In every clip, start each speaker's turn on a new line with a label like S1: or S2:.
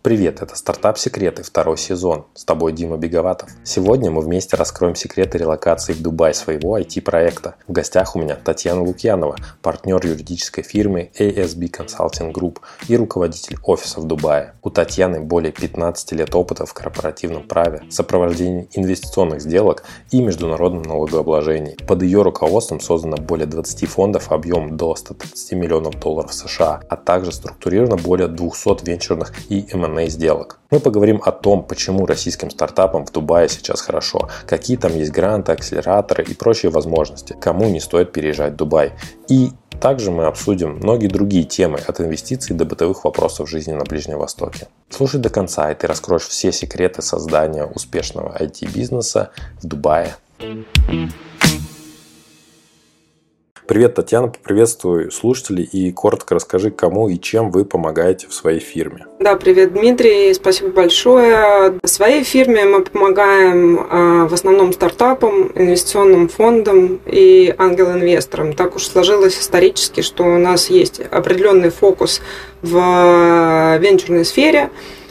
S1: Привет, это «Стартап Секреты», второй сезон. С тобой Дима Беговатов. Сегодня мы вместе раскроем секреты релокации в Дубай своего IT-проекта. В гостях у меня Татьяна Лукьянова, партнер юридической фирмы ASB Consulting Group и руководитель офиса в Дубае. У Татьяны более 15 лет опыта в корпоративном праве, сопровождении инвестиционных сделок и международном налогообложении. Под ее руководством создано более 20 фондов объемом до 130 миллионов долларов США, а также структурировано более 200 венчурных и M&A сделок. Мы поговорим о том, почему российским стартапам в Дубае сейчас хорошо, какие там есть гранты, акселераторы и прочие возможности, кому не стоит переезжать в Дубай. И также мы обсудим многие другие темы, от инвестиций до бытовых вопросов жизни на Ближнем Востоке. Слушай до конца, и ты раскроешь все секреты создания успешного IT-бизнеса в Дубае. Привет, Татьяна, поприветствую слушателей и коротко расскажи, кому и чем вы помогаете в своей фирме.
S2: Да, привет, Дмитрий, спасибо большое. В своей фирме мы помогаем в основном стартапам, инвестиционным фондам и ангел-инвесторам. Так уж сложилось исторически, что у нас есть определенный фокус в венчурной сфере.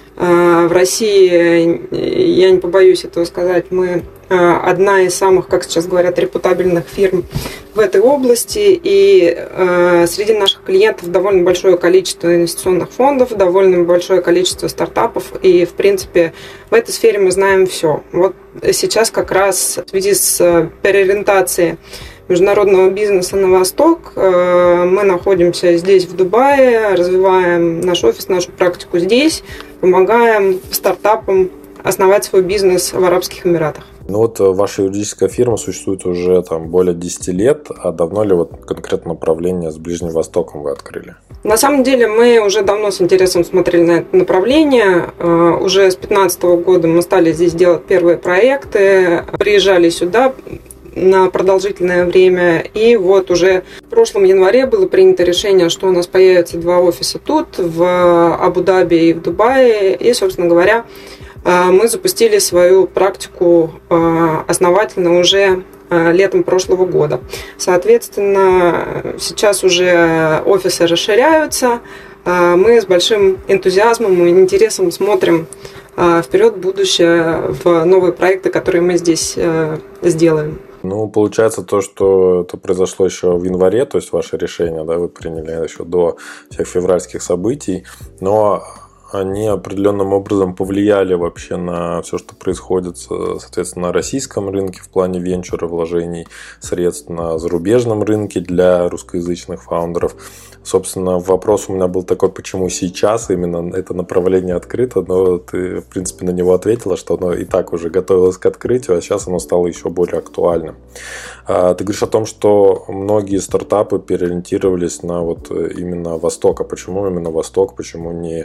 S2: В России, я не побоюсь этого сказать, мы одна из самых, как сейчас говорят, репутабельных фирм в этой области. И среди наших клиентов довольно большое количество инвестиционных фондов, довольно большое количество стартапов. И, в принципе, в этой сфере мы знаем все. Вот сейчас как раз в связи с переориентацией международного бизнеса на восток мы находимся здесь, в Дубае, развиваем наш офис, нашу практику здесь, помогаем стартапам основать свой бизнес в Арабских Эмиратах.
S1: Ну вот ваша юридическая фирма существует уже более 10 лет, а давно ли конкретно направление с Ближним Востоком вы открыли?
S2: На самом деле мы уже давно с интересом смотрели на это направление. Уже с 2015 года мы стали здесь делать первые проекты, приезжали сюда на продолжительное время. И вот уже в прошлом январе было принято решение, что у нас появится два офиса тут, в Абу-Даби и в Дубае. И, собственно говоря, мы запустили свою практику основательно уже летом прошлого года. Соответственно, сейчас уже офисы расширяются. Мы с большим энтузиазмом и интересом смотрим вперед в будущее, в новые проекты, которые мы здесь сделаем.
S1: Ну, получается то, что это произошло еще в январе, то есть ваше решение, да, вы приняли еще до всех февральских событий, но они определенным образом повлияли вообще на все, что происходит, соответственно, на российском рынке в плане венчура, вложений средств, на зарубежном рынке для русскоязычных фаундеров. Собственно, вопрос у меня был такой, почему сейчас именно это направление открыто, но ты, в принципе, на него ответила, что оно и так уже готовилось к открытию, а сейчас оно стало еще более актуальным. Ты говоришь о том, что многие стартапы переориентировались на вот именно Восток. А почему именно Восток? Почему не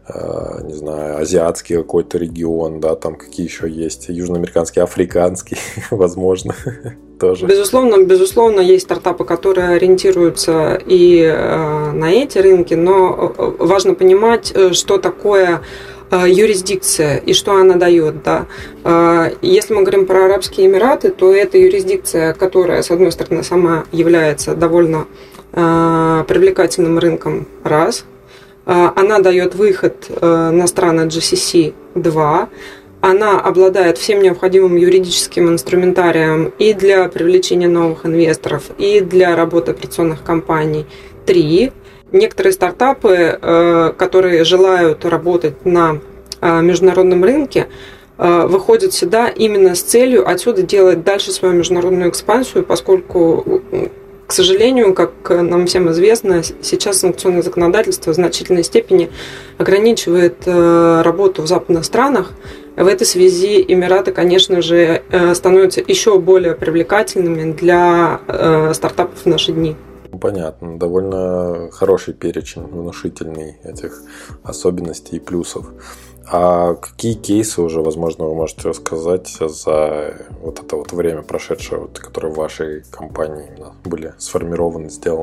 S1: знаю, азиатский какой-то регион, да, там какие еще есть, южноамериканский, африканский, возможно, тоже.
S2: Безусловно, есть стартапы, которые ориентируются и на эти рынки, но важно понимать, что такое юрисдикция и что она дает. Да. Если мы говорим про Арабские Эмираты, то это юрисдикция, которая, с одной стороны, сама является довольно привлекательным рынком, раз. Она дает выход на страны GCC 2. Она обладает всем необходимым юридическим инструментарием и для привлечения новых инвесторов, и для работы операционных компаний 3. Некоторые стартапы, которые желают работать на международном рынке, выходят сюда именно с целью отсюда делать дальше свою международную экспансию, поскольку, к сожалению, как нам всем известно, сейчас санкционное законодательство в значительной степени ограничивает работу в западных странах. В этой связи Эмираты, конечно же, становятся еще более привлекательными для стартапов в наши дни.
S1: Понятно. Довольно хороший перечень, внушительный этих особенностей и плюсов. А какие кейсы уже, возможно, вы можете рассказать за вот это вот время прошедшее, которое в вашей компании были сформированы, сделаны?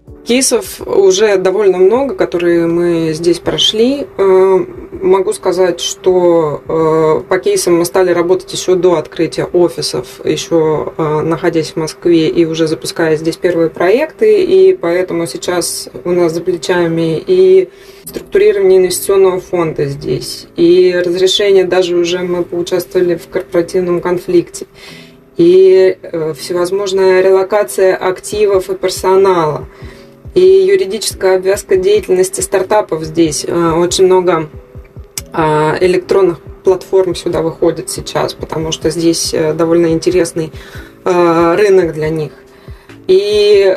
S2: Кейсов уже довольно много, которые мы здесь прошли. Могу сказать, что по кейсам мы стали работать еще до открытия офисов, еще находясь в Москве и уже запуская здесь первые проекты. И поэтому сейчас у нас за плечами и структурирование инвестиционного фонда здесь, и разрешение, даже уже мы поучаствовали в корпоративном конфликте, и всевозможная релокация активов и персонала, и юридическая обвязка деятельности стартапов здесь. Очень много электронных платформ сюда выходит сейчас, потому что здесь довольно интересный рынок для них. И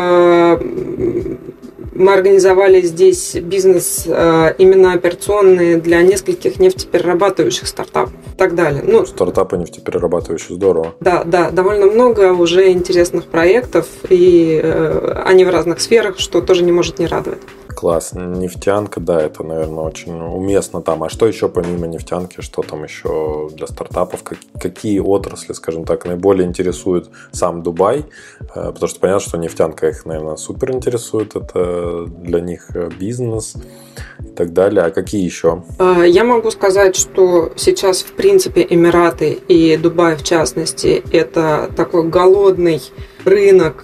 S2: мы организовали здесь бизнес именно операционный для нескольких нефтеперерабатывающих стартапов и так далее.
S1: Ну, стартапы нефтеперерабатывающие, здорово.
S2: Да, довольно много уже интересных проектов, и они в разных сферах, что тоже не может не радовать.
S1: Класс. Нефтянка, да, это, наверное, очень уместно там. А что еще помимо нефтянки, что там еще для стартапов? Какие отрасли, скажем так, наиболее интересует сам Дубай? Потому что понятно, что нефтянка их, наверное, супер интересует. Это для них бизнес и так далее. А какие еще?
S2: Я могу сказать, что сейчас, в принципе, Эмираты и Дубай, в частности, это такой голодный рынок,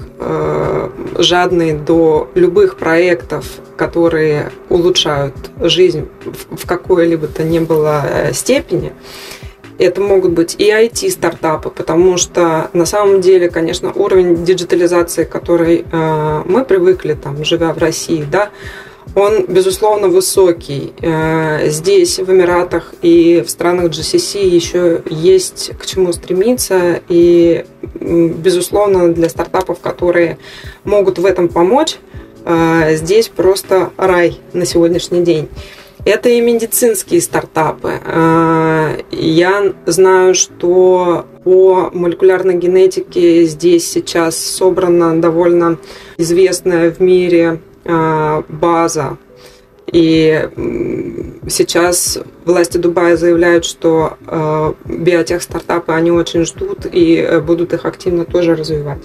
S2: жадный до любых проектов, которые улучшают жизнь в какой-либо то ни было степени. Это могут быть и IT-стартапы, потому что на самом деле, конечно, уровень диджитализации, который мы привыкли, там, живя в России, да, он, безусловно, высокий. Здесь, в Эмиратах и в странах GCC еще есть к чему стремиться. И, безусловно, для стартапов, которые могут в этом помочь, здесь просто рай на сегодняшний день. Это и медицинские стартапы. Я знаю, что по молекулярной генетике здесь сейчас собрана довольно известная в мире база. И сейчас власти Дубая заявляют, что биотех-стартапы они очень ждут и будут их активно тоже развивать.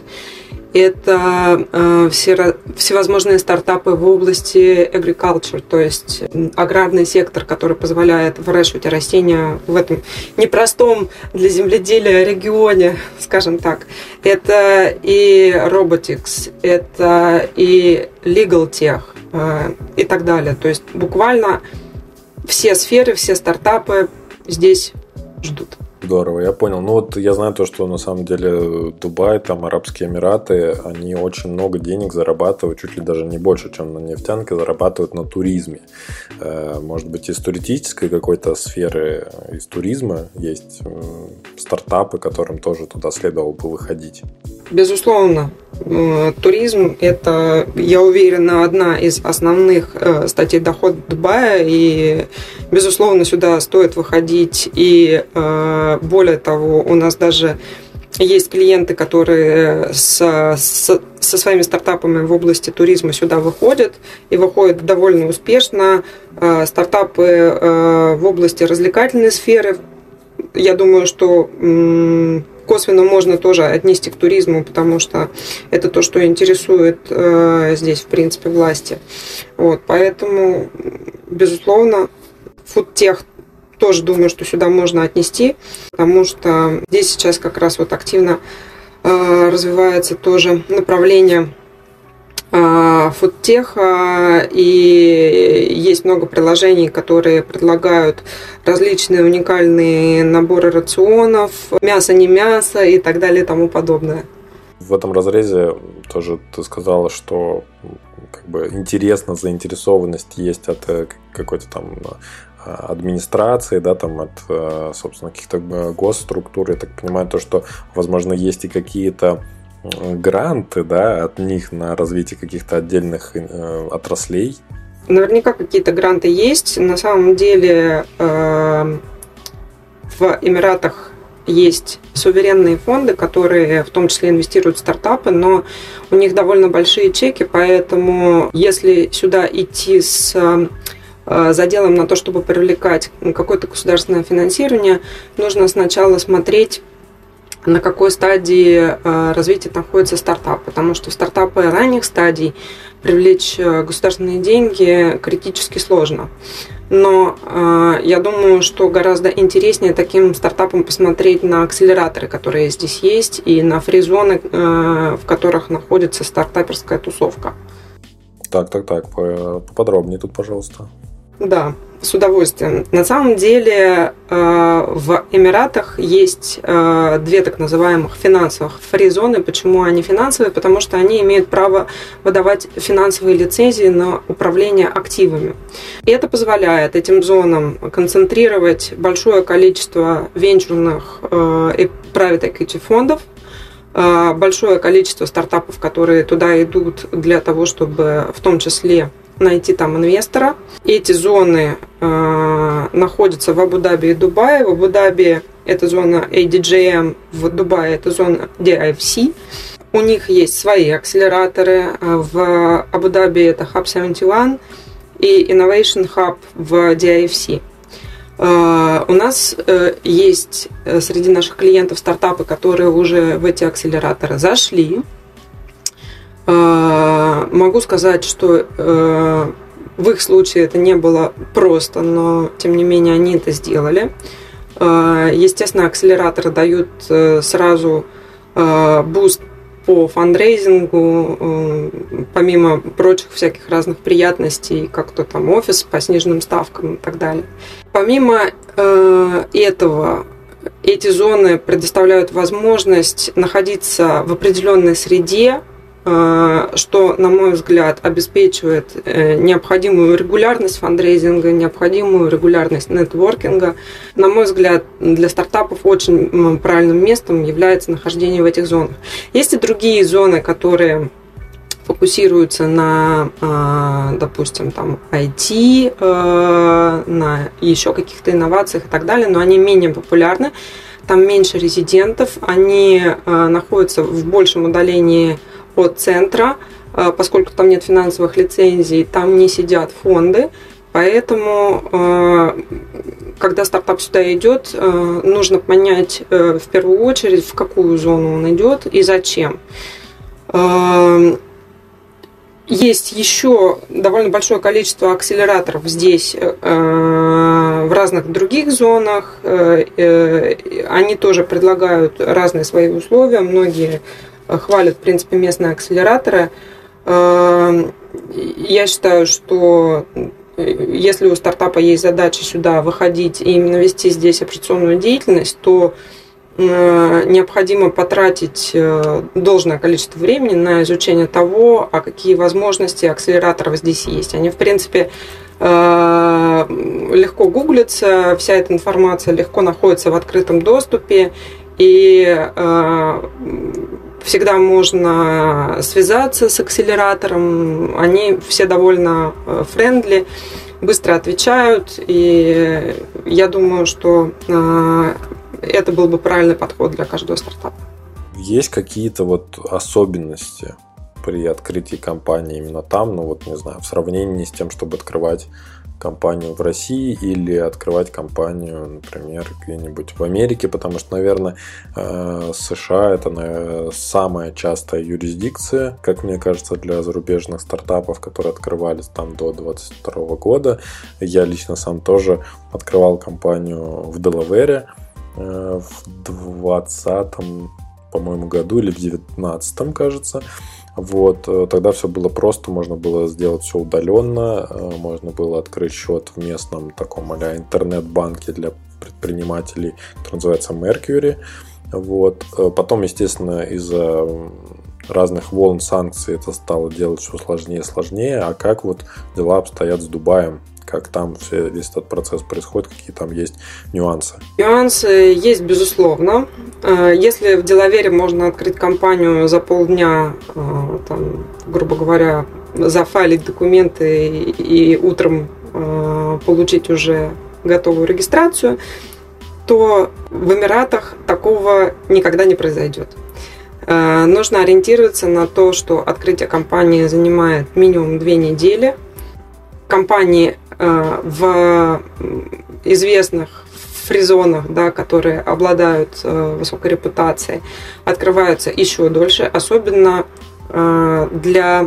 S2: Это всевозможные стартапы в области agriculture, то есть аграрный сектор, который позволяет выращивать растения в этом непростом для земледелия регионе, скажем так. Это и robotics, это и legal tech и так далее. То есть буквально все сферы, все стартапы здесь ждут.
S1: Здорово, я понял. Ну вот я знаю то, что на самом деле Дубай, там Арабские Эмираты, они очень много денег зарабатывают, чуть ли даже не больше, чем на нефтянке, зарабатывают на туризме. Может быть, из туристической какой-то сферы, из туризма есть стартапы, которым тоже туда следовало бы выходить.
S2: Безусловно, туризм – это, я уверена, одна из основных статей дохода Дубая, и, безусловно, сюда стоит выходить, и более того, у нас даже есть клиенты, которые со своими стартапами в области туризма сюда выходят, и выходят довольно успешно. Стартапы в области развлекательной сферы, я думаю, что косвенно можно тоже отнести к туризму, потому что это то, что интересует здесь, в принципе, власти. Вот, поэтому, безусловно, фудтех тоже думаю, что сюда можно отнести, потому что здесь сейчас как раз вот активно развивается тоже направление фудтеха, и есть много приложений, которые предлагают различные уникальные наборы рационов, мясо, не мясо и так далее и тому подобное.
S1: В этом разрезе тоже ты сказала, что как бы интересно, заинтересованность есть от какой-то там администрации, да, там от, собственно, каких-то госструктур. Я так понимаю, то, что, возможно, есть и какие-то гранты, да, от них на развитие каких-то отдельных отраслей.
S2: Наверняка какие-то гранты есть. На самом деле в Эмиратах есть суверенные фонды, которые в том числе инвестируют в стартапы, но у них довольно большие чеки, поэтому если сюда идти с заделом на то, чтобы привлекать какое-то государственное финансирование, нужно сначала смотреть, на какой стадии развития находится стартап, потому что стартапы ранних стадий, привлечь государственные деньги критически сложно. Но я думаю, что гораздо интереснее таким стартапам посмотреть на акселераторы, которые здесь есть, и на фри-зоны, в которых находится стартаперская тусовка.
S1: Так, поподробнее тут, пожалуйста.
S2: Да, с удовольствием. На самом деле в Эмиратах есть две так называемых финансовых фри-зоны. Почему они финансовые? Потому что они имеют право выдавать финансовые лицензии на управление активами. И это позволяет этим зонам концентрировать большое количество венчурных и private equity фондов, большое количество стартапов, которые туда идут для того, чтобы в том числе найти там инвестора. Эти зоны находятся в Абу-Даби и Дубае. В Абу-Даби это зона ADJM, в Дубае это зона DIFC. У них есть свои акселераторы. В Абу-Даби это Hub 71 и Innovation Hub в DIFC. У нас есть среди наших клиентов стартапы, которые уже в эти акселераторы зашли. Могу сказать, что в их случае это не было просто, но тем не менее они это сделали. Естественно, акселераторы дают сразу буст по фандрейзингу, помимо прочих всяких разных приятностей, как то там офис по сниженным ставкам и так далее. Помимо этого, эти зоны предоставляют возможность находиться в определенной среде, что, на мой взгляд, обеспечивает необходимую регулярность фандрейзинга, необходимую регулярность нетворкинга. На мой взгляд, для стартапов очень правильным местом является нахождение в этих зонах. Есть и другие зоны, которые фокусируются на, допустим, там IT, на еще каких-то инновациях и так далее, но они менее популярны, там меньше резидентов, они находятся в большем удалении от центра, поскольку там нет финансовых лицензий, там не сидят фонды, поэтому, когда стартап сюда идет, нужно понять в первую очередь, в какую зону он идет и зачем. Есть еще довольно большое количество акселераторов здесь, в разных других зонах. Они тоже предлагают разные свои условия. Многие хвалят, в принципе, местные акселераторы. Я считаю, что если у стартапа есть задача сюда выходить и именно вести здесь операционную деятельность, то необходимо потратить должное количество времени на изучение того, а какие возможности акселераторов здесь есть. Они, в принципе, легко гуглятся, вся эта информация легко находится в открытом доступе, и всегда можно связаться с акселератором. Они все довольно френдли, быстро отвечают, и я думаю, что это был бы правильный подход для каждого стартапа.
S1: Есть какие-то вот особенности при открытии компании именно там, ну вот не знаю, в сравнении с тем, чтобы открывать компанию в России или открывать компанию, например, где-нибудь в Америке, потому что, наверное, США это самая частая юрисдикция, как мне кажется, для зарубежных стартапов, которые открывались там до 2022 года. Я лично сам тоже открывал компанию в Делавере в 2020, по-моему, году или в 2019, кажется. Вот, тогда все было просто, можно было сделать все удаленно, можно было открыть счет в местном таком а-ля интернет-банке для предпринимателей, который называется Mercury. Вот. Потом, естественно, из-за разных волн санкций это стало делать все сложнее и сложнее. А как вот дела обстоят с Дубаем? Как там весь этот процесс происходит, какие там есть нюансы?
S2: Нюансы есть, безусловно. Если в Делавере можно открыть компанию за полдня, там, грубо говоря, зафайлить документы и утром получить уже готовую регистрацию, то в Эмиратах такого никогда не произойдет. Нужно ориентироваться на то, что открытие компании занимает минимум 2 недели. Компании в известных фри-зонах, да, которые обладают высокой репутацией, открываются еще дольше, особенно для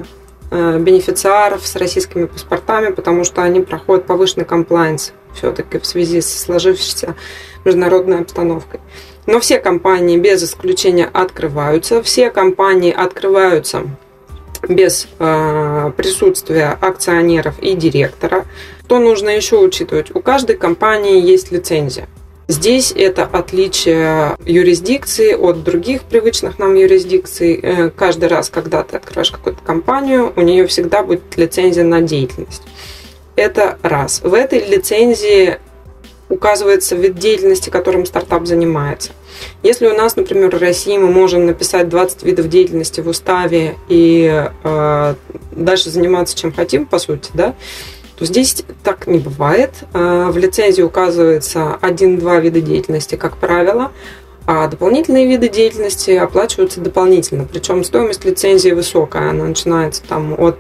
S2: бенефициаров с российскими паспортами, потому что они проходят повышенный комплаенс все-таки в связи с сложившейся международной обстановкой. Но все компании без исключения открываются. Все компании открываются без присутствия акционеров и директора. Что нужно еще учитывать? У каждой компании есть лицензия. Здесь это отличие юрисдикции от других привычных нам юрисдикций. Каждый раз, когда ты открываешь какую-то компанию, у нее всегда будет лицензия на деятельность. Это раз. В этой лицензии указывается вид деятельности, которым стартап занимается. Если у нас, например, в России мы можем написать 20 видов деятельности в уставе и дальше заниматься чем хотим, по сути, да, то здесь так не бывает. В лицензии указывается 1-2 вида деятельности, как правило, а дополнительные виды деятельности оплачиваются дополнительно. Причем стоимость лицензии высокая. Она начинается там от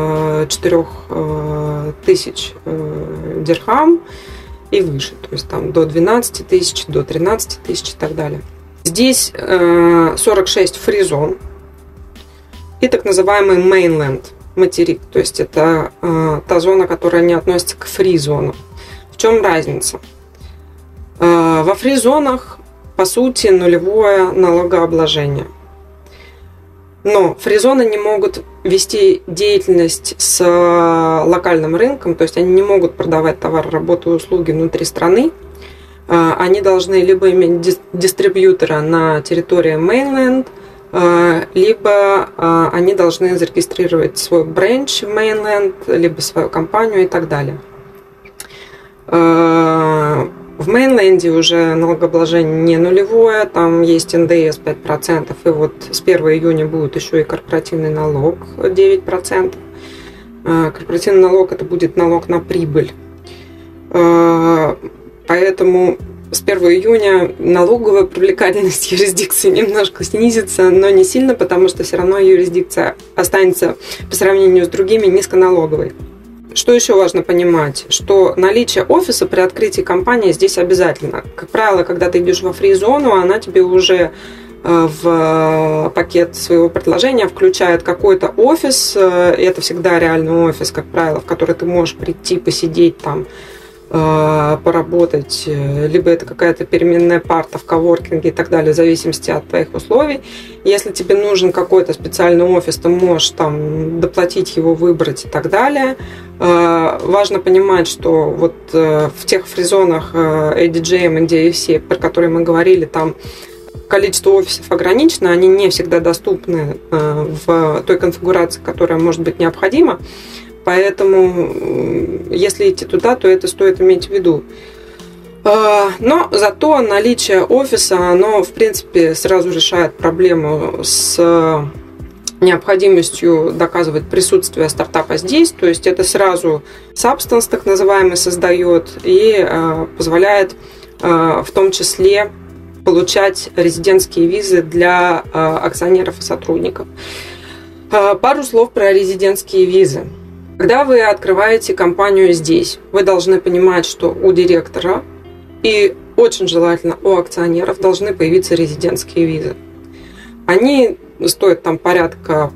S2: 4000 дирхам и выше. То есть там до 12 тысяч, до 13 тысяч и так далее. Здесь 46 фри-зон и так называемый mainland, материк. То есть это та зона, которая не относится к фри-зонам. В чем разница? Во фри-зонах по сути нулевое налогообложение. Но фри-зоны не могут вести деятельность с локальным рынком, то есть они не могут продавать товары, работу и услуги внутри страны. Они должны либо иметь дистрибьютора на территории mainland, либо они должны зарегистрировать свой бренч в mainland, либо свою компанию и так далее. В мейнленде уже налогообложение не нулевое, там есть НДС 5%, и вот с 1 июня будет еще и корпоративный налог 9%. Корпоративный налог – это будет налог на прибыль. Поэтому с 1 июня налоговая привлекательность юрисдикции немножко снизится, но не сильно, потому что все равно юрисдикция останется по сравнению с другими низконалоговой. Что еще важно понимать, что наличие офиса при открытии компании здесь обязательно. Как правило, когда ты идешь во фри-зону, она тебе уже в пакет своего предложения включает какой-то офис. Это всегда реальный офис, как правило, в который ты можешь прийти, посидеть там, поработать, либо это какая-то переменная парта в коворкинге и так далее, в зависимости от твоих условий. Если тебе нужен какой-то специальный офис, ты можешь там доплатить его, выбрать и так далее. Важно понимать, что вот в тех фризонах ADJ, NDFC, про которые мы говорили, там количество офисов ограничено, они не всегда доступны в той конфигурации, которая может быть необходима. Поэтому, если идти туда, то это стоит иметь в виду. Но зато наличие офиса, оно, в принципе, сразу решает проблему с необходимостью доказывать присутствие стартапа здесь. То есть это сразу substance, так называемый, создает и позволяет в том числе получать резидентские визы для акционеров и сотрудников. Пару слов про резидентские визы. Когда вы открываете компанию здесь, вы должны понимать, что у директора и очень желательно у акционеров должны появиться резидентские визы. Они стоят там порядка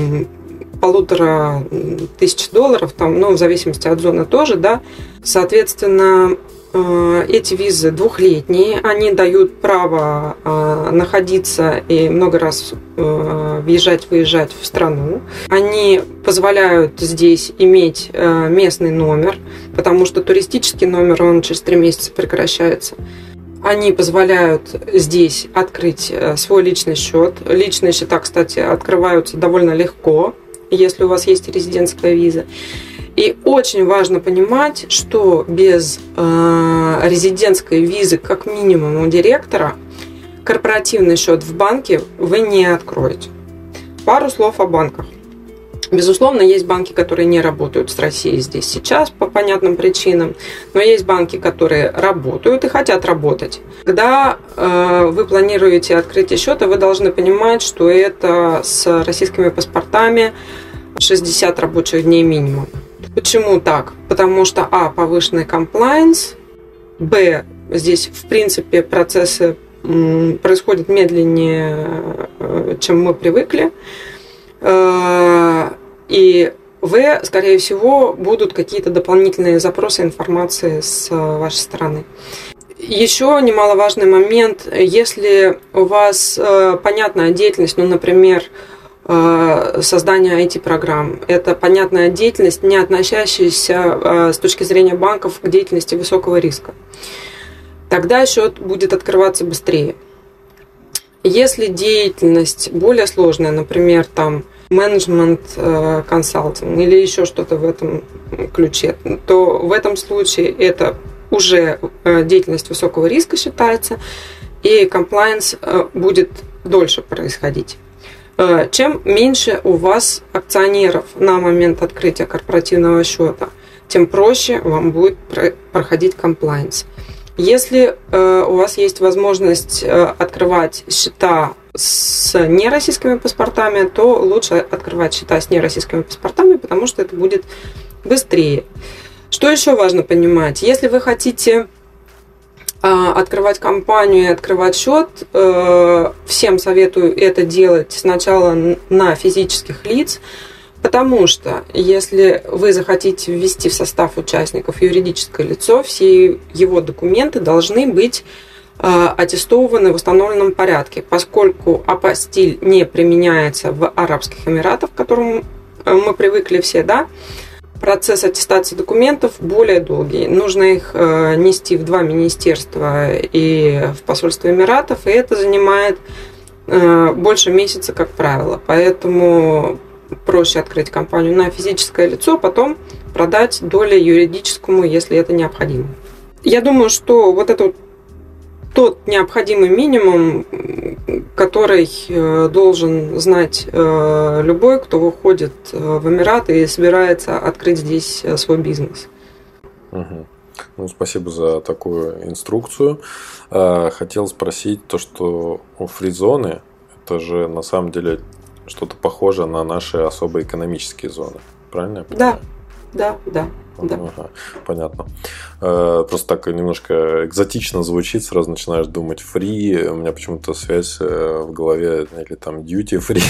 S2: $1500, там, ну, в зависимости от зоны тоже, да. Соответственно, эти визы двухлетние, они дают право находиться и много раз въезжать-выезжать в страну. Они позволяют здесь иметь местный номер, потому что туристический номер, он через 3 месяца прекращается. Они позволяют здесь открыть свой личный счет. Личные счета, кстати, открываются довольно легко, если у вас есть резидентская виза. И очень важно понимать, что без резидентской визы, как минимум у директора, корпоративный счет в банке вы не откроете. Пару слов о банках. Безусловно, есть банки, которые не работают с Россией здесь сейчас по понятным причинам, но есть банки, которые работают и хотят работать. Когда вы планируете открытие счета, вы должны понимать, что это с российскими паспортами 60 рабочих дней минимум. Почему так? Потому что повышенный комплаенс, здесь в принципе процессы происходят медленнее, чем мы привыкли. И скорее всего, будут какие-то дополнительные запросы информации с вашей стороны. Еще немаловажный момент, если у вас понятная деятельность, например, создание IT-программ, это понятная деятельность, не относящаяся с точки зрения банков к деятельности высокого риска, тогда счет будет открываться быстрее. Если деятельность более сложная, например, менеджмент, консалтинг или еще что-то в этом ключе, то в этом случае это уже деятельность высокого риска считается, и комплаенс будет дольше происходить. Чем меньше у вас акционеров на момент открытия корпоративного счета, тем проще вам будет проходить комплаенс. Если у вас есть возможность открывать счета с нероссийскими паспортами, то лучше открывать счета с нероссийскими паспортами, потому что это будет быстрее. Что еще важно понимать? Если вы хотите открывать компанию и открывать счет, всем советую это делать сначала на физических лиц, потому что если вы захотите ввести в состав участников юридическое лицо, все его документы должны быть аттестованы в установленном порядке, поскольку апостиль не применяется в Арабских Эмиратах, к которому мы привыкли все, да, процесс аттестации документов более долгий. Нужно их нести в 2 министерства и в посольство Эмиратов, и это занимает больше месяца, как правило. Поэтому проще открыть компанию на физическое лицо, потом продать доли юридическому, если это необходимо. Я думаю, что вот это тот необходимый минимум, который должен знать любой, кто выходит в Эмираты и собирается открыть здесь свой бизнес.
S1: Угу. Спасибо за такую инструкцию. Хотел спросить что у фри-зоны это же на самом деле что-то похоже на наши особо экономические зоны. Правильно я понимаю?
S2: Да.
S1: Ага, понятно. Просто так немножко экзотично звучит, сразу начинаешь думать фри, у меня почему-то связь в голове, или duty free,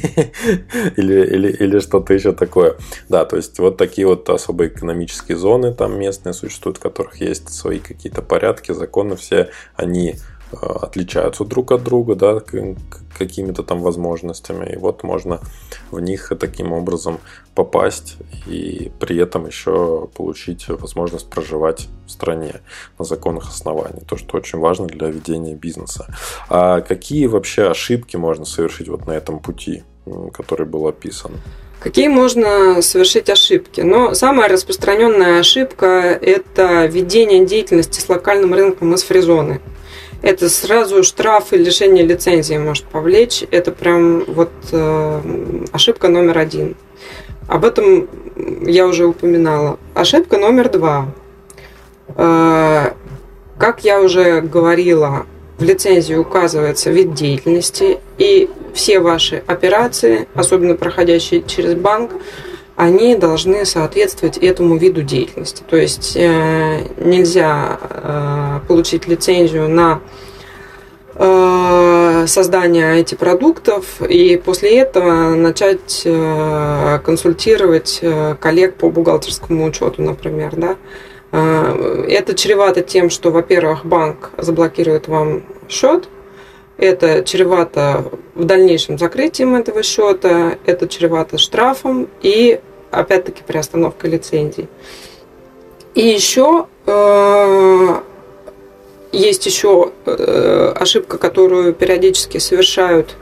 S1: или что-то еще такое. Да, то есть вот такие вот особо экономические зоны там местные существуют, в которых есть свои какие-то порядки, законы, все они отличаются друг от друга, да, какими-то там возможностями. И вот можно в них таким образом попасть и при этом еще получить возможность проживать в стране на законных основаниях. То, что очень важно для ведения бизнеса. А какие вообще ошибки можно совершить вот на этом пути, который был описан?
S2: Какие можно совершить ошибки? Самая распространенная ошибка – это ведение деятельности с локальным рынком из фри-зоны. Это сразу штраф и лишение лицензии может повлечь. Это прям ошибка номер 1. Об этом я уже упоминала. Ошибка номер 2. Как я уже говорила, в лицензии указывается вид деятельности, и все ваши операции, особенно проходящие через банк, они должны соответствовать этому виду деятельности. То есть нельзя получить лицензию на создание IT-продуктов и после этого начать консультировать коллег по бухгалтерскому учету, например. Да? Это чревато тем, что, во-первых, банк заблокирует вам счет, это чревато в дальнейшем закрытием этого счета, это чревато штрафом и, опять-таки, приостановкой лицензии. И еще есть еще ошибка, которую периодически совершают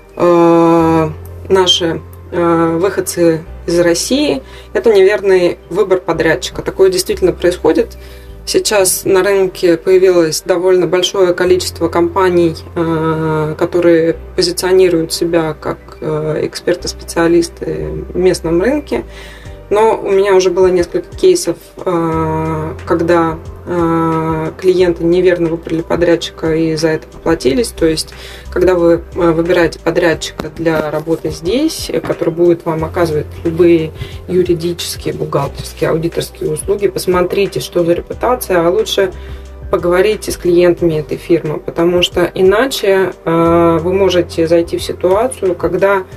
S2: наши выходцы из России. Это неверный выбор подрядчика. Такое действительно происходит. Сейчас на рынке появилось довольно большое количество компаний, которые позиционируют себя как эксперты-специалисты в местном рынке. Но у меня уже было несколько кейсов, когда клиенты неверно выбрали подрядчика и за это поплатились. То есть, когда вы выбираете подрядчика для работы здесь, который будет вам оказывать любые юридические, бухгалтерские, аудиторские услуги, посмотрите, что за репутация, а лучше поговорите с клиентами этой фирмы, потому что иначе вы можете зайти в ситуацию, когда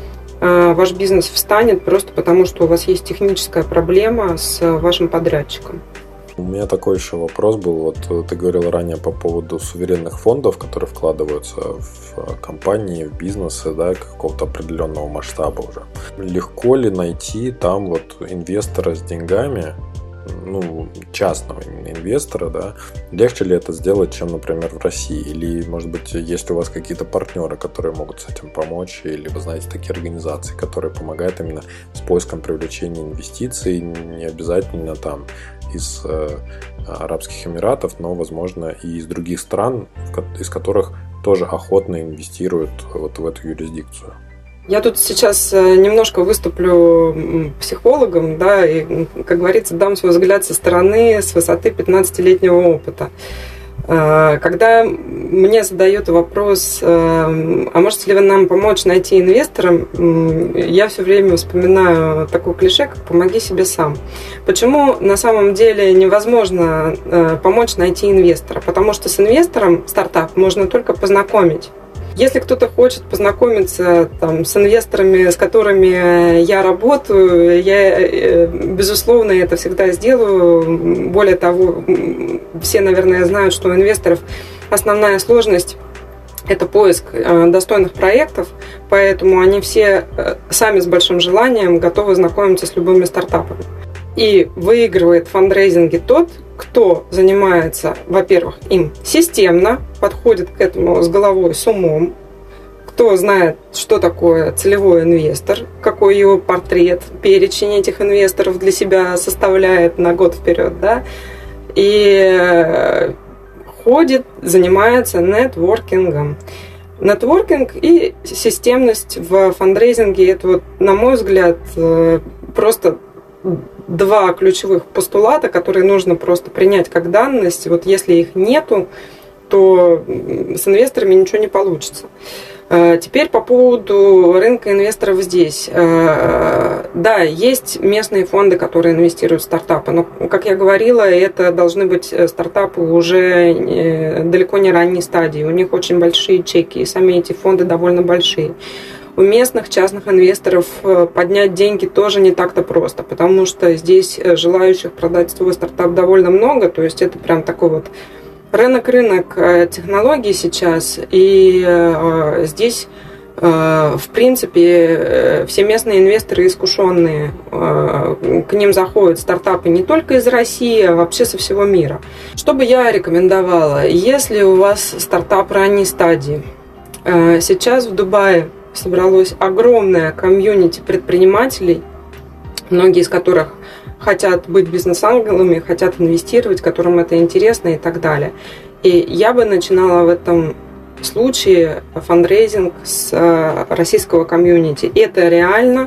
S2: ваш бизнес встанет просто потому, что у вас есть техническая проблема с вашим подрядчиком.
S1: У меня такой еще вопрос был. Вот ты говорил ранее по поводу суверенных фондов, которые вкладываются в компании, в бизнесы, да, какого-то определенного масштаба уже. Легко ли найти там вот инвестора с деньгами, частного инвестора, да? Легче ли это сделать, чем, например, в России? Или, может быть, есть у вас какие-то партнеры, которые могут с этим помочь? Или вы знаете такие организации, которые помогают именно с поиском привлечения инвестиций, не обязательно там из Арабских Эмиратов, но, возможно, и из других стран, из которых тоже охотно инвестируют вот в эту юрисдикцию?
S2: Я тут сейчас немножко выступлю психологом, да, и, как говорится, дам свой взгляд со стороны, с высоты 15-летнего опыта. Когда мне задают вопрос, а можете ли вы нам помочь найти инвестора, я все время вспоминаю такое клише, как «помоги себе сам». Почему на самом деле невозможно помочь найти инвестора? Потому что с инвестором стартап можно только познакомить. Если кто-то хочет познакомиться с инвесторами, с которыми я работаю, я, безусловно, это всегда сделаю. Более того, все, наверное, знают, что у инвесторов основная сложность – это поиск достойных проектов, поэтому они все сами с большим желанием готовы знакомиться с любыми стартапами. И выигрывает в фандрейзинге тот, кто занимается, во-первых, им системно, подходит к этому с головой, с умом, кто знает, что такое целевой инвестор, какой его портрет, перечень этих инвесторов для себя составляет на год вперед, да, и ходит, занимается нетворкингом. Нетворкинг и системность в фандрейзинге – это, на мой взгляд, просто два ключевых постулата, которые нужно просто принять как данность. Вот если их нету, то с инвесторами ничего не получится. Теперь по поводу рынка инвесторов здесь. Да, есть местные фонды, которые инвестируют в стартапы, но, как я говорила, это должны быть стартапы уже далеко не ранней стадии. У них очень большие чеки, и сами эти фонды довольно большие. У местных частных инвесторов поднять деньги тоже не так-то просто, потому что здесь желающих продать свой стартап довольно много, то есть это прям такой вот рынок технологий сейчас, и здесь, в принципе, все местные инвесторы искушенные, к ним заходят стартапы не только из России, а вообще со всего мира. Что бы я рекомендовала? Если у вас стартап ранней стадии, сейчас в Дубае собралось огромное комьюнити предпринимателей, многие из которых хотят быть бизнес-ангелами, хотят инвестировать, которым это интересно и так далее. И я бы начинала в этом случае фандрейзинг с российского комьюнити. Это реально.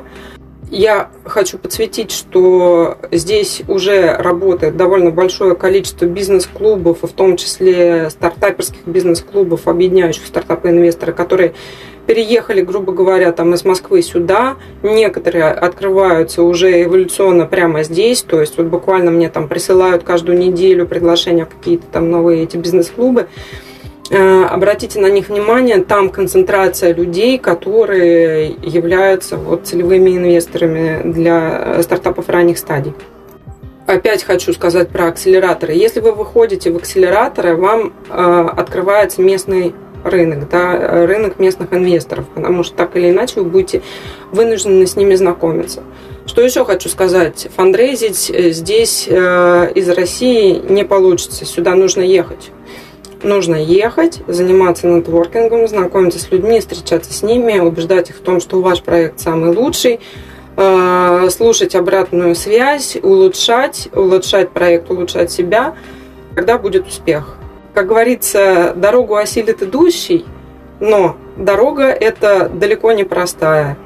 S2: Я хочу подсветить, что здесь уже работает довольно большое количество бизнес-клубов, и в том числе стартаперских бизнес-клубов, объединяющих стартапы-инвесторы, которые переехали, грубо говоря, из Москвы сюда. Некоторые открываются уже эволюционно прямо здесь, то есть вот буквально мне присылают каждую неделю приглашения в какие-то новые эти бизнес-клубы. Обратите на них внимание, там концентрация людей, которые являются целевыми инвесторами для стартапов ранних стадий. Опять хочу сказать про акселераторы. Если вы выходите в акселераторы, вам открывается местный рынок, да, рынок местных инвесторов, потому что так или иначе вы будете вынуждены с ними знакомиться. Что еще хочу сказать? Фандрейзить здесь из России не получится, сюда нужно ехать. Нужно ехать, заниматься нетворкингом, знакомиться с людьми, встречаться с ними, убеждать их в том, что ваш проект самый лучший, слушать обратную связь, улучшать проект, улучшать себя, когда будет успех. Как говорится, дорогу осилит идущий, но дорога эта далеко не простая.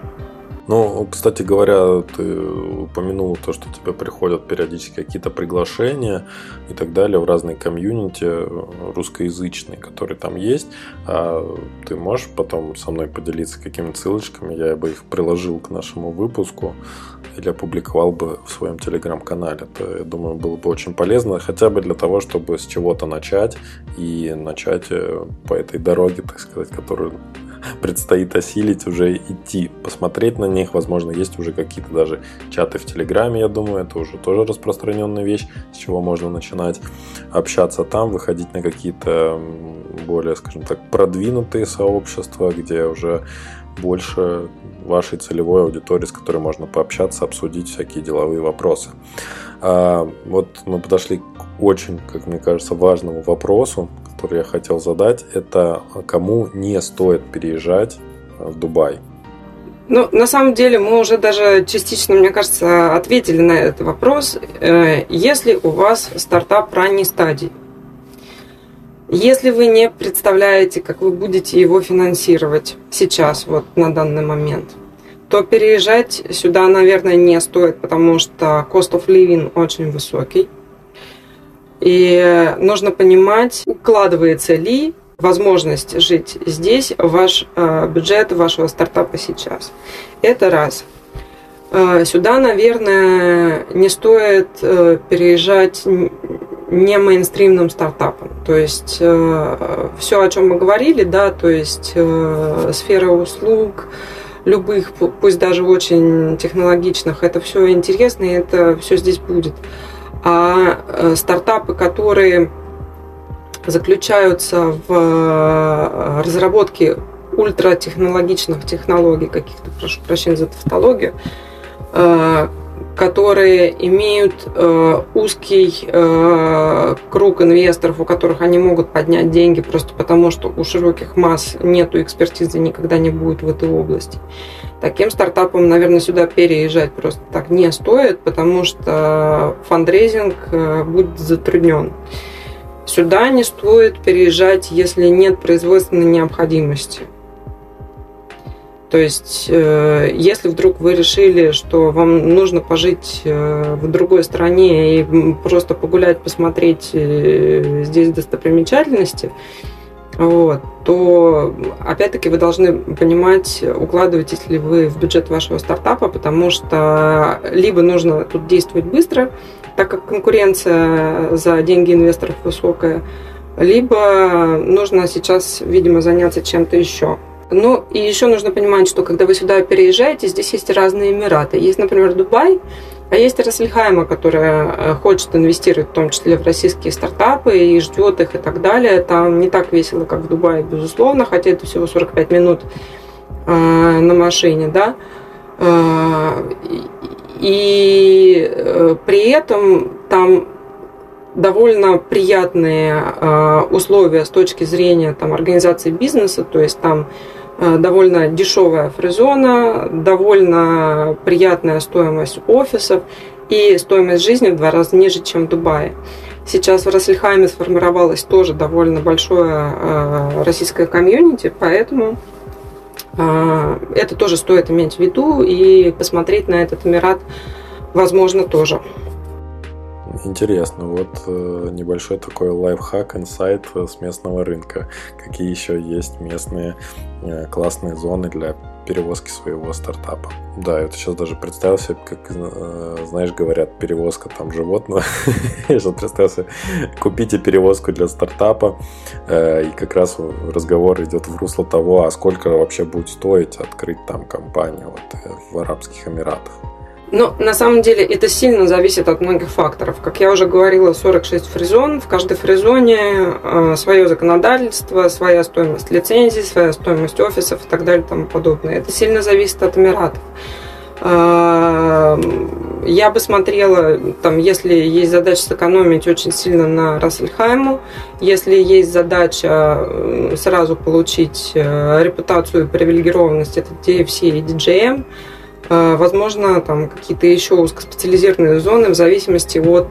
S1: Кстати говоря, ты упомянул то, что тебе приходят периодически какие-то приглашения и так далее в разные комьюнити русскоязычные, которые там есть. А ты можешь потом со мной поделиться какими-то ссылочками? Я бы их приложил к нашему выпуску или опубликовал бы в своем телеграм-канале. Это, я думаю, было бы очень полезно, хотя бы для того, чтобы с чего-то начать и начать по этой дороге, так сказать, которую предстоит осилить, уже идти, посмотреть на них. Возможно, есть уже какие-то даже чаты в Телеграме, я думаю, это уже тоже распространенная вещь, с чего можно начинать общаться там, выходить на какие-то более, скажем так, продвинутые сообщества, где уже больше вашей целевой аудитории, с которой можно пообщаться, обсудить всякие деловые вопросы. Вот мы подошли к очень, как мне кажется, важному вопросу, который я хотел задать. Это кому не стоит переезжать в Дубай?
S2: Ну, на самом деле, мы уже даже частично, мне кажется, ответили на этот вопрос. Если у вас стартап ранней стадии, если вы не представляете, как вы будете его финансировать сейчас, вот на данный момент, то переезжать сюда, наверное, не стоит, потому что cost of living очень высокий. И нужно понимать, укладывается ли возможность жить здесь в ваш бюджет вашего стартапа сейчас. Это раз. Сюда, наверное, не стоит переезжать не мейнстримным стартапом. То есть все, о чем мы говорили, да, то есть сфера услуг, любых, пусть даже очень технологичных, это все интересно, и это все здесь будет. А стартапы, которые заключаются в разработке ультратехнологичных технологий, каких-то, прошу прощения за тавтологию, которые имеют узкий круг инвесторов, у которых они могут поднять деньги просто потому, что у широких масс нету экспертизы, никогда не будет в этой области. Таким стартапам, наверное, сюда переезжать просто так не стоит, потому что фандрейзинг будет затруднен. Сюда не стоит переезжать, если нет производственной необходимости. То есть, если вдруг вы решили, что вам нужно пожить в другой стране и просто погулять, посмотреть здесь достопримечательности, вот, то, опять-таки, вы должны понимать, укладываетесь ли вы в бюджет вашего стартапа, потому что либо нужно тут действовать быстро, так как конкуренция за деньги инвесторов высокая, либо нужно сейчас, видимо, заняться чем-то еще. Ну, и еще нужно понимать, что когда вы сюда переезжаете, здесь есть разные Эмираты. Есть, например, Дубай, а есть Рас Аль-Хайма, которая хочет инвестировать в том числе в российские стартапы и ждет их и так далее. Там не так весело, как в Дубае, безусловно, хотя это всего 45 минут на машине, да. И при этом там довольно приятные условия с точки зрения там, организации бизнеса, то есть там довольно дешевая фризона, довольно приятная стоимость офисов и стоимость жизни в 2 раза ниже, чем в Дубае. Сейчас в Рас Аль-Хайме сформировалось тоже довольно большое российское комьюнити, поэтому это тоже стоит иметь в виду и посмотреть на этот Эмират, возможно, тоже.
S1: Интересно, вот небольшой такой лайфхак, инсайт с местного рынка. Какие еще есть местные классные зоны для перевозки своего стартапа? Да, я вот сейчас даже представил себе, как, знаешь, говорят, перевозка там животного. Я сейчас представил себе, купите перевозку для стартапа, и как раз разговор идет в русло того, а сколько вообще будет стоить открыть там компанию вот, в Арабских Эмиратах.
S2: Но на самом деле это сильно зависит от многих факторов. Как я уже говорила, 46 фризон. В каждой фризоне свое законодательство, своя стоимость лицензий, своя стоимость офисов и так далее и тому подобное. Это сильно зависит от Эмиратов. Я бы смотрела, там, если есть задача сэкономить очень сильно на Рас Аль-Хайму, если есть задача сразу получить репутацию и привилегированность, это TFC и DJM, возможно, там какие-то еще узкоспециализированные зоны в зависимости от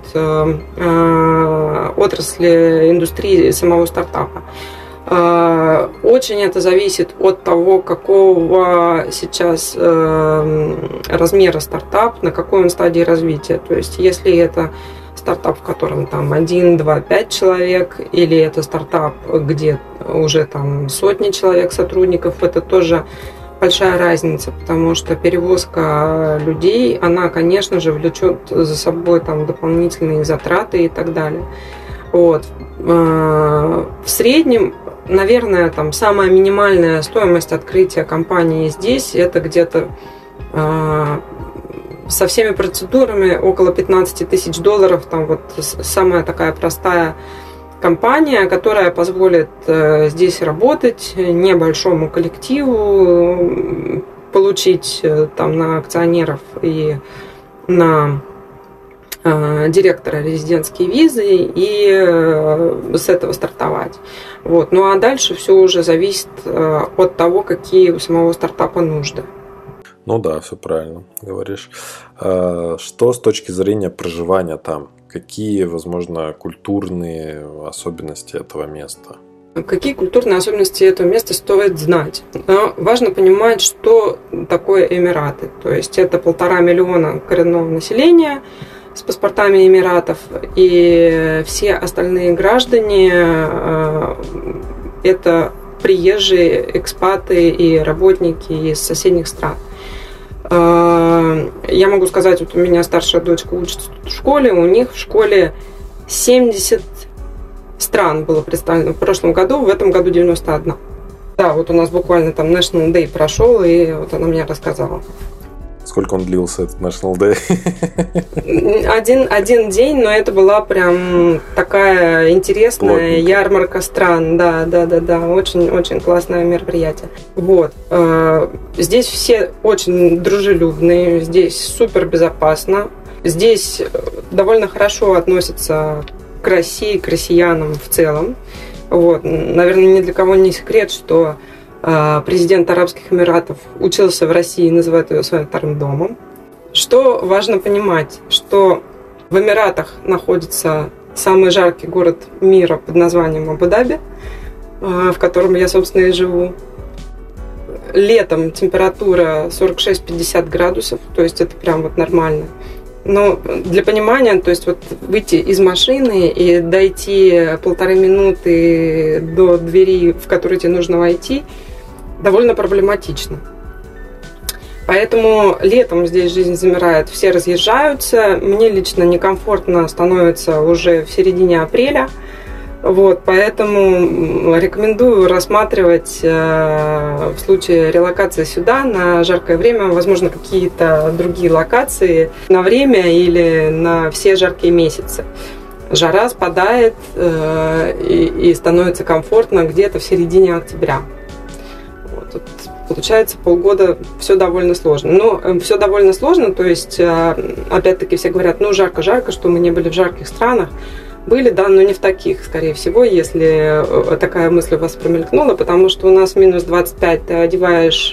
S2: отрасли индустрии самого стартапа. Очень это зависит от того, какого сейчас размера стартап, на какой он стадии развития. То есть, если это стартап, в котором там 1, 2, 5 человек, или это стартап, где уже там сотни человек сотрудников, это тоже большая разница, потому что перевозка людей, она, конечно же, влечет за собой там дополнительные затраты и так далее. Вот. В среднем наверное, там самая минимальная стоимость открытия компании здесь это где-то со всеми процедурами около $15 тысяч. Там вот самая такая простая компания, которая позволит здесь работать небольшому коллективу, получить там на акционеров и на директора резидентские визы и с этого стартовать. Вот. Ну а дальше все уже зависит от того, какие у самого стартапа нужды.
S1: Ну да, все правильно говоришь. Что с точки зрения проживания там? Какие, возможно, культурные особенности этого места?
S2: Какие культурные особенности этого места стоит знать? Но важно понимать, что такое Эмираты. То есть это 1,5 миллиона коренного населения с паспортами Эмиратов, и все остальные граждане это приезжие, экспаты и работники из соседних стран. Я могу сказать, вот у меня старшая дочка учится в школе, у них в школе 70 стран было представлено в прошлом году, в этом году 91. Да, вот у нас буквально там National Day прошел, и вот она мне рассказала.
S1: Сколько он длился, этот National Day?
S2: Один день, но это была прям такая интересная ярмарка стран. Да. Очень классное мероприятие. Вот. Здесь все очень дружелюбные, здесь супер безопасно. Здесь довольно хорошо относятся к России, к россиянам в целом. Вот. Наверное, ни для кого не секрет, что президент Арабских Эмиратов учился в России и называет ее своим вторым домом. Что важно понимать, что в Эмиратах находится самый жаркий город мира под названием Абу-Даби, в котором я, собственно, и живу. Летом температура 46-50 градусов, то есть это прям вот нормально. Но для понимания, то есть вот выйти из машины и дойти 1,5 минуты до двери, в которую тебе нужно войти, довольно проблематично. Поэтому летом здесь жизнь замирает, все разъезжаются. Мне лично некомфортно становится уже в середине апреля. Вот, поэтому рекомендую рассматривать в случае релокации сюда на жаркое время, возможно, какие-то другие локации на время или на все жаркие месяцы. Жара спадает и становится комфортно где-то в середине октября. Вот, тут получается полгода все довольно сложно. Но все довольно сложно, то есть опять-таки все говорят, ну жарко-жарко, что мы не были в жарких странах. Были, да, но не в таких, скорее всего, если такая мысль у вас промелькнула, потому что у нас минус 25, ты одеваешь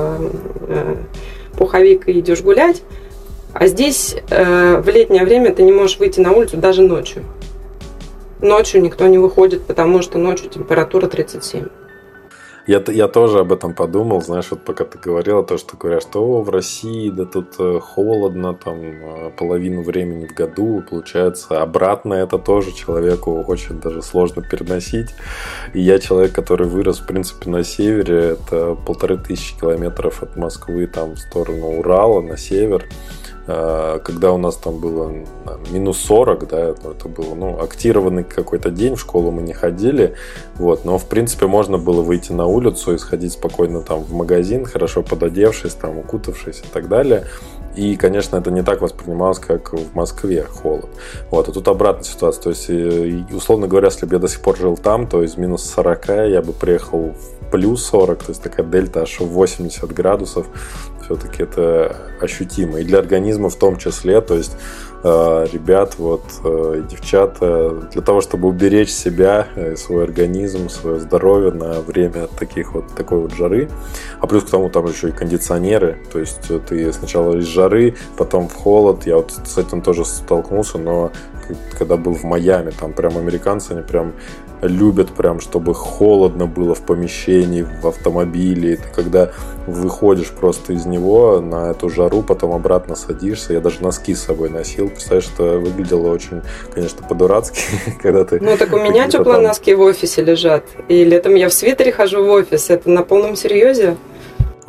S2: пуховик и идешь гулять, а здесь в летнее время ты не можешь выйти на улицу даже ночью. Ночью никто не выходит, потому что ночью температура 37.
S1: Я тоже об этом подумал, знаешь, вот пока ты говорила, то, что говорят, что в России, да тут холодно, там половину времени в году, получается, обратно это тоже человеку очень даже сложно переносить. И я человек, который вырос, в принципе, на севере, это 1500 километров от Москвы, там в сторону Урала, на север. Когда у нас там было минус 40, да, это был актированный какой-то день, в школу мы не ходили, вот, но в принципе можно было выйти на улицу и сходить спокойно там в магазин, хорошо пододевшись, там, укутавшись и так далее. И, конечно, это не так воспринималось, как в Москве холод. Вот, а тут обратная ситуация. То есть, условно говоря, если бы я до сих пор жил там, то из минус 40 я бы приехал в плюс 40, то есть такая дельта аж в 80 градусов. Все-таки это ощутимо. И для организма в том числе. То есть, ребят, и девчата, для того, чтобы уберечь себя, свой организм, свое здоровье на время такой вот жары, а плюс к тому там еще и кондиционеры, то есть ты сначала из жары, потом в холод, я вот с этим тоже столкнулся, но когда был в Майами, там прям американцы, они прям любят прям, чтобы холодно было в помещении, в автомобиле. Ты когда выходишь просто из него на эту жару, потом обратно садишься. Я даже носки с собой носил. Представляешь, что выглядело очень, конечно, по-дурацки, когда ты...
S2: Ну, так у меня теплые носки в офисе лежат. И летом я в свитере хожу в офис. Это на полном серьезе.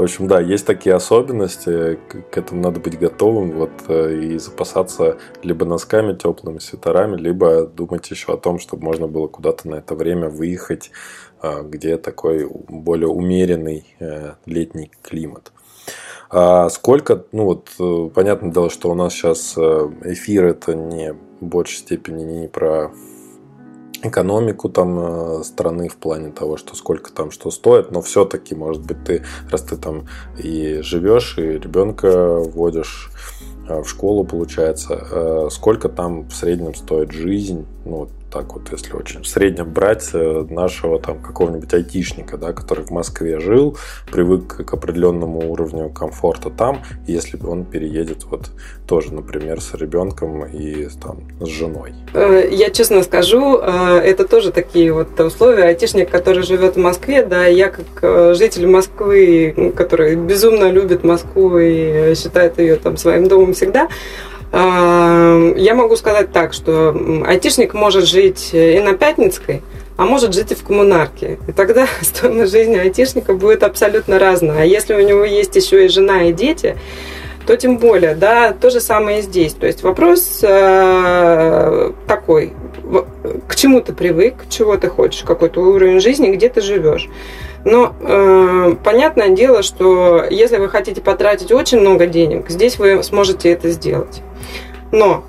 S1: В общем, да, есть такие особенности, к этому надо быть готовым, и запасаться либо носками теплыми, свитерами, либо думать еще о том, чтобы можно было куда-то на это время выехать, где такой более умеренный летний климат. Сколько, понятное дело, что у нас сейчас эфир это не в большей степени не про экономику там страны в плане того, что сколько там что стоит, но все-таки, может быть, раз ты там и живешь, и ребенка водишь в школу, получается, сколько там в среднем стоит жизнь, так вот, если очень в среднем брать нашего там какого-нибудь айтишника, да, который в Москве жил, привык к определенному уровню комфорта там, и если он переедет тоже, например, с ребенком и там с женой.
S2: Я честно скажу, это тоже такие условия. Айтишник, который живет в Москве, да, я как житель Москвы, который безумно любит Москву и считает ее там своим домом всегда, я могу сказать так, что айтишник может жить и на Пятницкой, а может жить и в коммунарке. И тогда стоимость жизни айтишника будет абсолютно разная. А если у него есть еще и жена, и дети, то тем более, да, то же самое и здесь. То есть вопрос такой, к чему ты привык, чего ты хочешь, какой твой уровень жизни, где ты живешь. Но понятное дело, что если вы хотите потратить очень много денег, здесь вы сможете это сделать. Но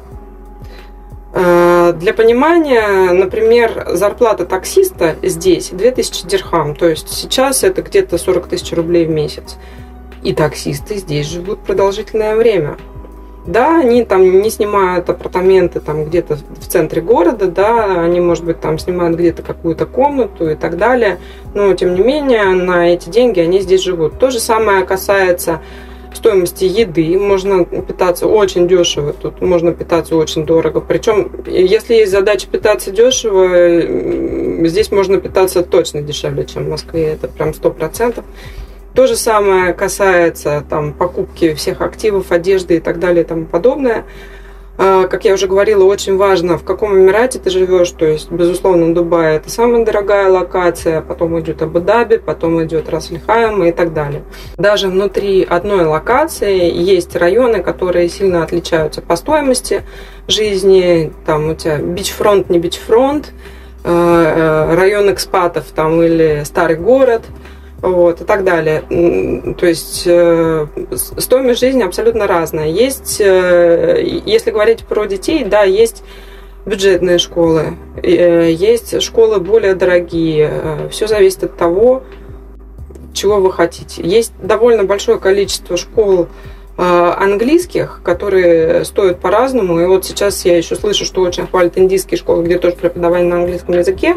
S2: для понимания, например, зарплата таксиста здесь 2000 дирхам, то есть сейчас это где-то 40 тысяч рублей в месяц. И таксисты здесь живут продолжительное время. Да, они там не снимают апартаменты там где-то в центре города, да, они, может быть, там снимают где-то какую-то комнату и так далее, но, тем не менее, на эти деньги они здесь живут. То же самое касается стоимости еды. Можно питаться очень дешево, тут можно питаться очень дорого. Причем, если есть задача питаться дешево, здесь можно питаться точно дешевле, чем в Москве, это прям 100%. То же самое касается там, покупки всех активов, одежды и так далее и тому подобное. Как я уже говорила, очень важно, в каком Эмирате ты живешь. То есть, безусловно, Дубай – это самая дорогая локация, потом идет Абу-Даби, потом идет Рас-Аль-Хайм и так далее. Даже внутри одной локации есть районы, которые сильно отличаются по стоимости жизни. Там у тебя бичфронт, не бичфронт, район экспатов там, или старый город – и так далее. То есть стоимость жизни абсолютно разная. Есть, если говорить про детей, да, есть бюджетные школы, есть школы более дорогие. Все зависит от того, чего вы хотите. Есть довольно большое количество школ английских, которые стоят по-разному. И вот сейчас я еще слышу, что очень хвалят индийские школы, где тоже преподавание на английском языке.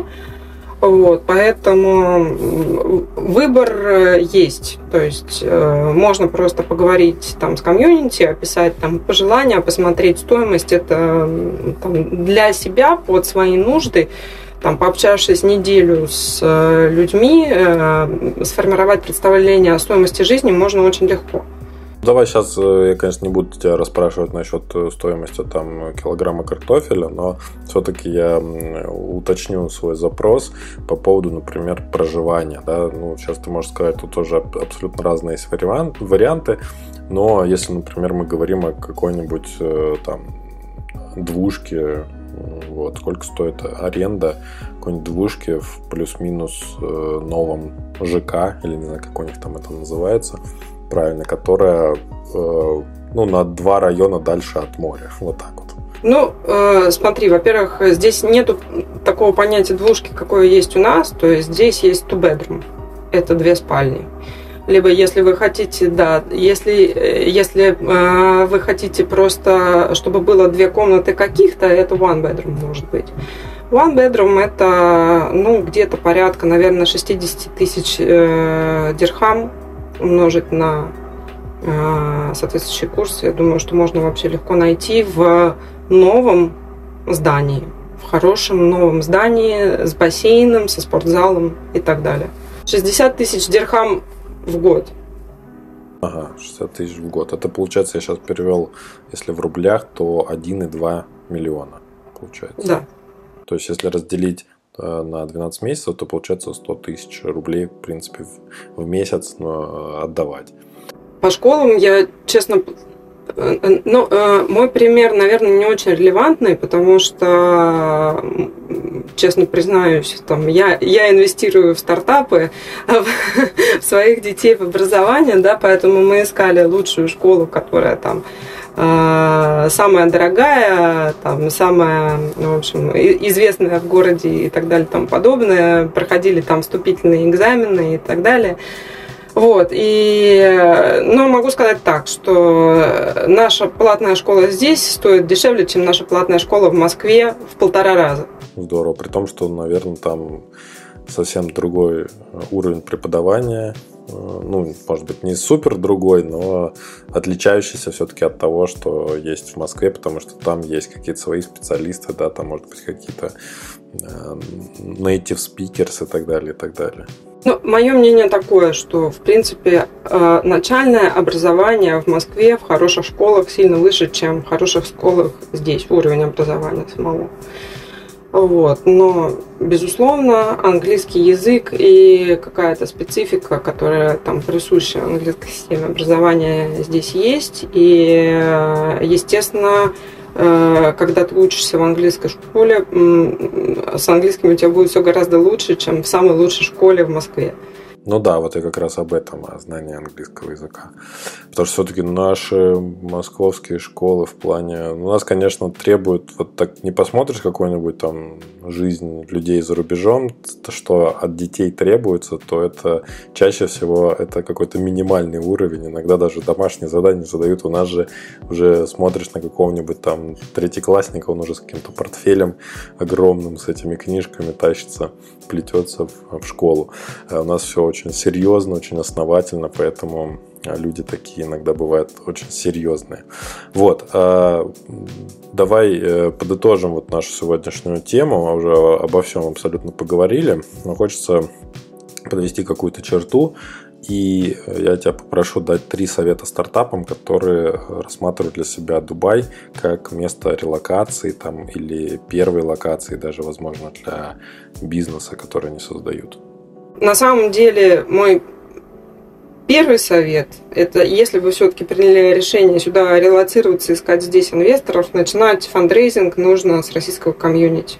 S2: Поэтому выбор есть. То есть можно просто поговорить там с комьюнити, описать там пожелания, посмотреть стоимость. Это там, для себя, под свои нужды, там, пообщавшись неделю с людьми, сформировать представление о стоимости жизни можно очень легко.
S1: Давай сейчас, я, конечно, не буду тебя расспрашивать насчет стоимости там килограмма картофеля, но все-таки я уточню свой запрос по поводу, например, проживания. Да? Сейчас ты можешь сказать, тут тоже абсолютно разные есть варианты, но если, например, мы говорим о какой-нибудь там двушке, сколько стоит аренда какой-нибудь двушки в плюс-минус новом ЖК, или не знаю, как у них там это называется, правильно, которая на 2 района дальше от моря. Вот так вот.
S2: Смотри, во-первых, здесь нету такого понятия двушки, какое есть у нас. То есть здесь есть two bedroom. Это 2 спальни. Либо если вы хотите, да, если вы хотите просто, чтобы было 2 комнаты каких-то, это one bedroom может быть. One bedroom это, где-то порядка, наверное, 60 тысяч дирхам умножить на соответствующий курс. Я думаю, что можно вообще легко найти в новом здании, в хорошем новом здании с бассейном, со спортзалом и так далее. 60 тысяч дирхам в год.
S1: Ага, 60 тысяч в год. Это получается, я сейчас перевел, если в рублях, то 1,2 миллиона получается.
S2: Да.
S1: То есть, если разделить на 12 месяцев, то получается 100 тысяч рублей, в принципе, в месяц отдавать.
S2: По школам я, честно, мой пример, наверное, не очень релевантный, потому что, честно признаюсь, я инвестирую в стартапы, в своих детей в образование, да, поэтому мы искали лучшую школу, которая самая дорогая, самая, в общем, известная в городе и так далее, тому подобное. Проходили там вступительные экзамены и так далее. Вот, но могу сказать так, что наша платная школа здесь стоит дешевле, чем наша платная школа в Москве в 1,5 раза.
S1: Здорово, при том, что, наверное, там совсем другой уровень преподавания. Может быть, не супер другой, но отличающийся все-таки от того, что есть в Москве, потому что там есть какие-то свои специалисты, да, там, может быть, какие-то native speakers и так далее, и так далее.
S2: Мое мнение такое, что, в принципе, начальное образование в Москве в хороших школах сильно выше, чем в хороших школах здесь, уровень образования самого. Вот. Но, безусловно, английский язык и какая-то специфика, которая присуща английской системе образования, здесь есть. И, естественно, когда ты учишься в английской школе, с английским у тебя будет все гораздо лучше, чем в самой лучшей школе в Москве.
S1: Да, вот я как раз об этом, о знании английского языка. Потому что все-таки наши московские школы в плане... нас, конечно, требуют... Вот так не посмотришь какую-нибудь жизнь людей за рубежом, что от детей требуется, то это чаще всего это какой-то минимальный уровень. Иногда даже домашние задания задают. У нас же уже смотришь на какого-нибудь третьеклассника, он уже с каким-то портфелем огромным, с этими книжками тащится, плетется в школу. У нас все очень серьезно, очень основательно, поэтому люди такие иногда бывают очень серьезные. Вот, давай подытожим нашу сегодняшнюю тему, уже обо всем абсолютно поговорили, но хочется подвести какую-то черту, и я тебя попрошу дать 3 совета стартапам, которые рассматривают для себя Дубай как место релокации или первой локации, даже, возможно, для бизнеса, который они создают.
S2: На самом деле, мой первый совет – это, если вы все-таки приняли решение сюда релоцироваться, искать здесь инвесторов, начинать фандрейзинг нужно с российского комьюнити.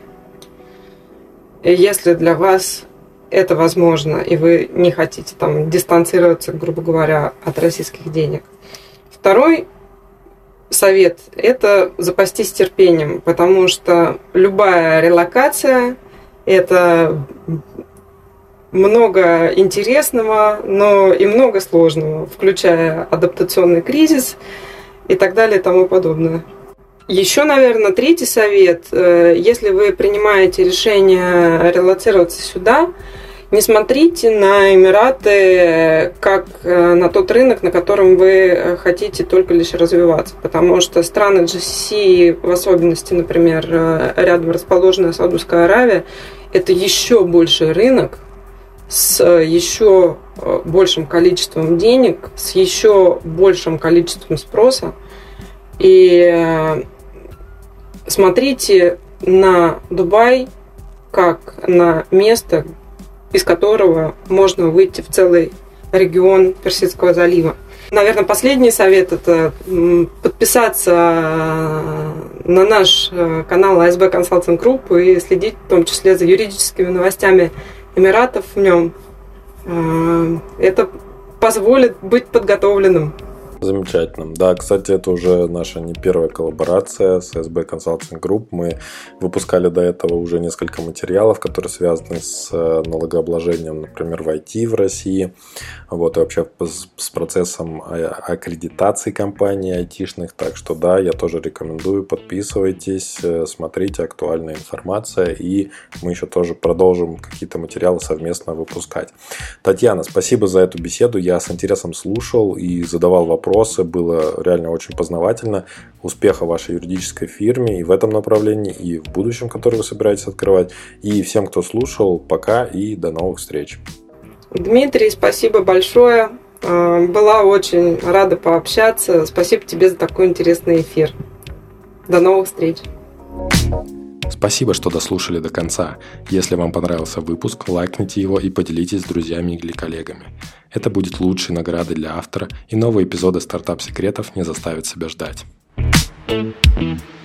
S2: И если для вас это возможно, и вы не хотите дистанцироваться, грубо говоря, от российских денег. Второй совет – это запастись терпением, потому что любая релокация – это много интересного, но и много сложного, включая адаптационный кризис и так далее и тому подобное. Еще, наверное, третий совет. Если вы принимаете решение релоцироваться сюда, не смотрите на Эмираты как на тот рынок, на котором вы хотите только лишь развиваться, потому что страны GCC, в особенности, например, рядом расположенная Саудовская Аравия, это еще больший рынок, с еще большим количеством денег, с еще большим количеством спроса. И смотрите на Дубай как на место, из которого можно выйти в целый регион Персидского залива. Наверное, последний совет – это подписаться на наш канал ASB Consulting Group и следить в том числе за юридическими новостями Эмиратов в нем. Это позволит быть подготовленным.
S1: Замечательно. Да, кстати, это уже наша не первая коллаборация с ASB Consulting Group. Мы выпускали до этого уже несколько материалов, которые связаны с налогообложением, например, в IT в России. Вот, и вообще с процессом аккредитации компаний айтишных. Так что да, я тоже рекомендую, подписывайтесь, смотрите, актуальная информация. И мы еще тоже продолжим какие-то материалы совместно выпускать. Татьяна, спасибо за эту беседу. Я с интересом слушал и задавал вопросы. Было реально очень познавательно. Успеха вашей юридической фирме и в этом направлении, и в будущем, который вы собираетесь открывать. И всем, кто слушал, пока и до новых встреч.
S2: Дмитрий, спасибо большое. Была очень рада пообщаться. Спасибо тебе за такой интересный эфир. До новых встреч.
S1: Спасибо, что дослушали до конца. Если вам понравился выпуск, лайкните его и поделитесь с друзьями или коллегами. Это будет лучшей наградой для автора, и новые эпизоды «Стартап-секретов» не заставят себя ждать.